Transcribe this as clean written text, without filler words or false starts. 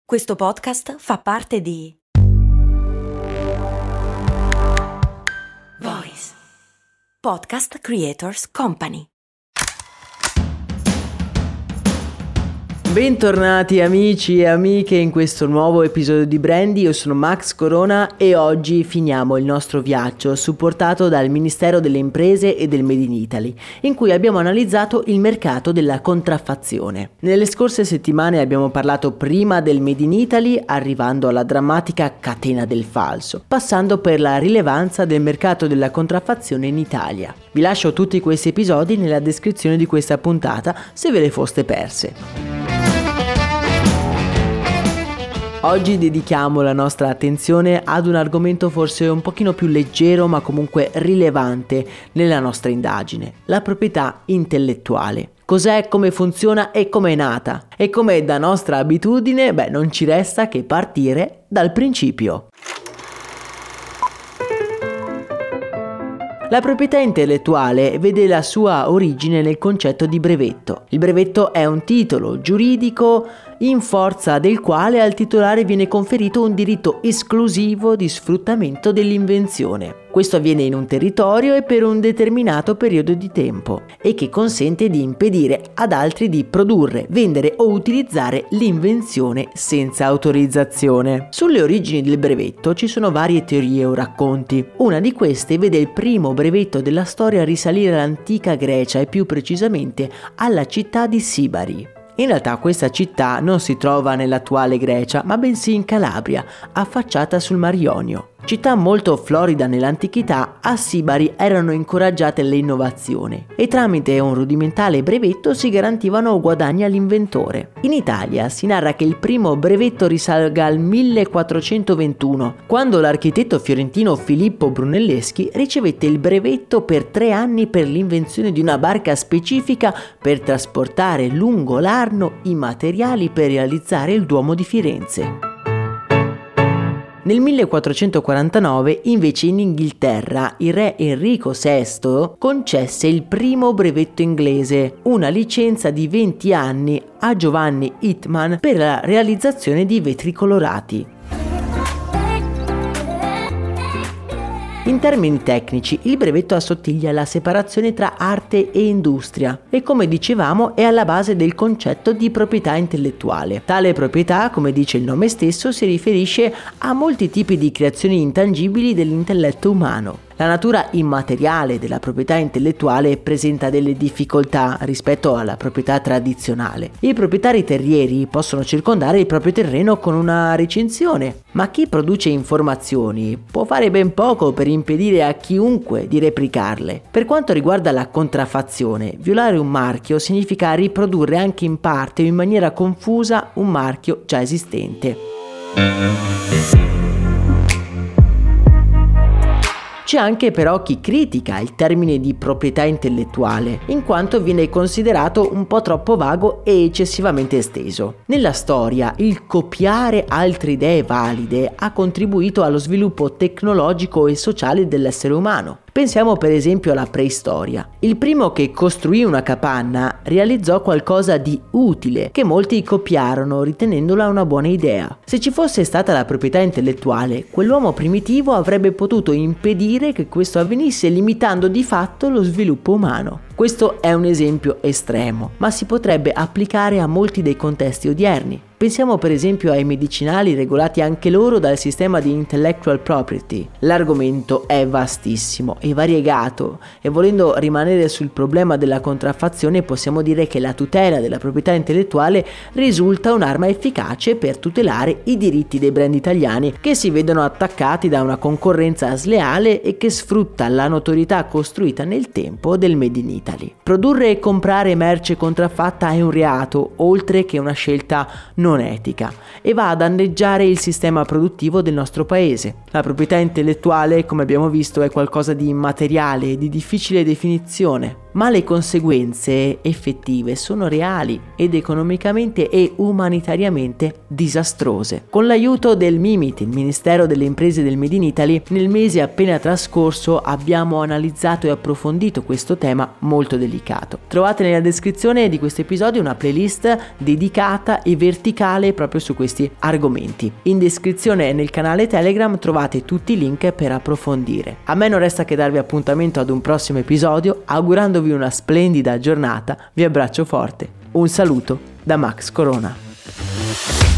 Questo podcast fa parte di Voice Podcast Creators Company. Bentornati amici e amiche in questo nuovo episodio di Brandy. Io sono Max Corona e oggi finiamo il nostro viaggio supportato dal Ministero delle Imprese e del Made in Italy, in cui abbiamo analizzato il mercato della contraffazione. Nelle scorse settimane abbiamo parlato prima del Made in Italy, arrivando alla drammatica catena del falso, passando per la rilevanza del mercato della contraffazione in Italia. Vi lascio tutti questi episodi nella descrizione di questa puntata se ve le foste perse. Oggi dedichiamo la nostra attenzione ad un argomento forse un pochino più leggero ma comunque rilevante nella nostra indagine, la proprietà intellettuale. Cos'è, come funziona e come è nata? E come da nostra abitudine, non ci resta che partire dal principio. La proprietà intellettuale vede la sua origine nel concetto di brevetto. Il brevetto è un titolo giuridico in forza del quale al titolare viene conferito un diritto esclusivo di sfruttamento dell'invenzione. Questo avviene in un territorio e per un determinato periodo di tempo e che consente di impedire ad altri di produrre, vendere o utilizzare l'invenzione senza autorizzazione. Sulle origini del brevetto ci sono varie teorie o racconti. Una di queste vede il primo brevetto della storia risalire all'antica Grecia e più precisamente alla città di Sibari. In realtà questa città non si trova nell'attuale Grecia, ma bensì in Calabria, affacciata sul Mar Ionio. Città molto florida nell'antichità, a Sibari erano incoraggiate le innovazioni e tramite un rudimentale brevetto si garantivano guadagni all'inventore. In Italia si narra che il primo brevetto risalga al 1421, quando l'architetto fiorentino Filippo Brunelleschi ricevette il brevetto per 3 anni per l'invenzione di una barca specifica per trasportare lungo l'Arno i materiali per realizzare il Duomo di Firenze. Nel 1449, invece, in Inghilterra, il re Enrico VI concesse il primo brevetto inglese, una licenza di 20 anni a Giovanni Hitman per la realizzazione di vetri colorati. In termini tecnici, il brevetto assottiglia alla separazione tra arte e industria e, come dicevamo, è alla base del concetto di proprietà intellettuale. Tale proprietà, come dice il nome stesso, si riferisce a molti tipi di creazioni intangibili dell'intelletto umano. La natura immateriale della proprietà intellettuale presenta delle difficoltà rispetto alla proprietà tradizionale. I proprietari terrieri possono circondare il proprio terreno con una recinzione, ma chi produce informazioni può fare ben poco per impedire a chiunque di replicarle. Per quanto riguarda la contraffazione, violare un marchio significa riprodurre anche in parte o in maniera confusa un marchio già esistente. C'è anche però chi critica il termine di proprietà intellettuale, in quanto viene considerato un po' troppo vago e eccessivamente esteso. Nella storia, il copiare altre idee valide ha contribuito allo sviluppo tecnologico e sociale dell'essere umano. Pensiamo per esempio alla preistoria. Il primo che costruì una capanna realizzò qualcosa di utile che molti copiarono ritenendola una buona idea. Se ci fosse stata la proprietà intellettuale, quell'uomo primitivo avrebbe potuto impedire che questo avvenisse, limitando di fatto lo sviluppo umano. Questo è un esempio estremo, ma si potrebbe applicare a molti dei contesti odierni. Pensiamo per esempio ai medicinali regolati anche loro dal sistema di intellectual property. L'argomento è vastissimo e variegato e volendo rimanere sul problema della contraffazione possiamo dire che la tutela della proprietà intellettuale risulta un'arma efficace per tutelare i diritti dei brand italiani che si vedono attaccati da una concorrenza sleale e che sfrutta la notorietà costruita nel tempo del Made in Italy. Produrre e comprare merce contraffatta è un reato, oltre che una scelta non etica, e va a danneggiare il sistema produttivo del nostro paese. La proprietà intellettuale, come abbiamo visto, è qualcosa di immateriale e di difficile definizione, ma le conseguenze effettive sono reali ed economicamente e umanitariamente disastrose. Con l'aiuto del MIMIT, il Ministero delle Imprese del Made in Italy, nel mese appena trascorso abbiamo analizzato e approfondito questo tema molto delicato. Trovate nella descrizione di questo episodio una playlist dedicata e verticale musicale proprio su questi argomenti. In descrizione e nel canale Telegram trovate tutti i link per approfondire. A me non resta che darvi appuntamento ad un prossimo episodio, augurandovi una splendida giornata. Vi abbraccio forte. Un saluto da Max Corona.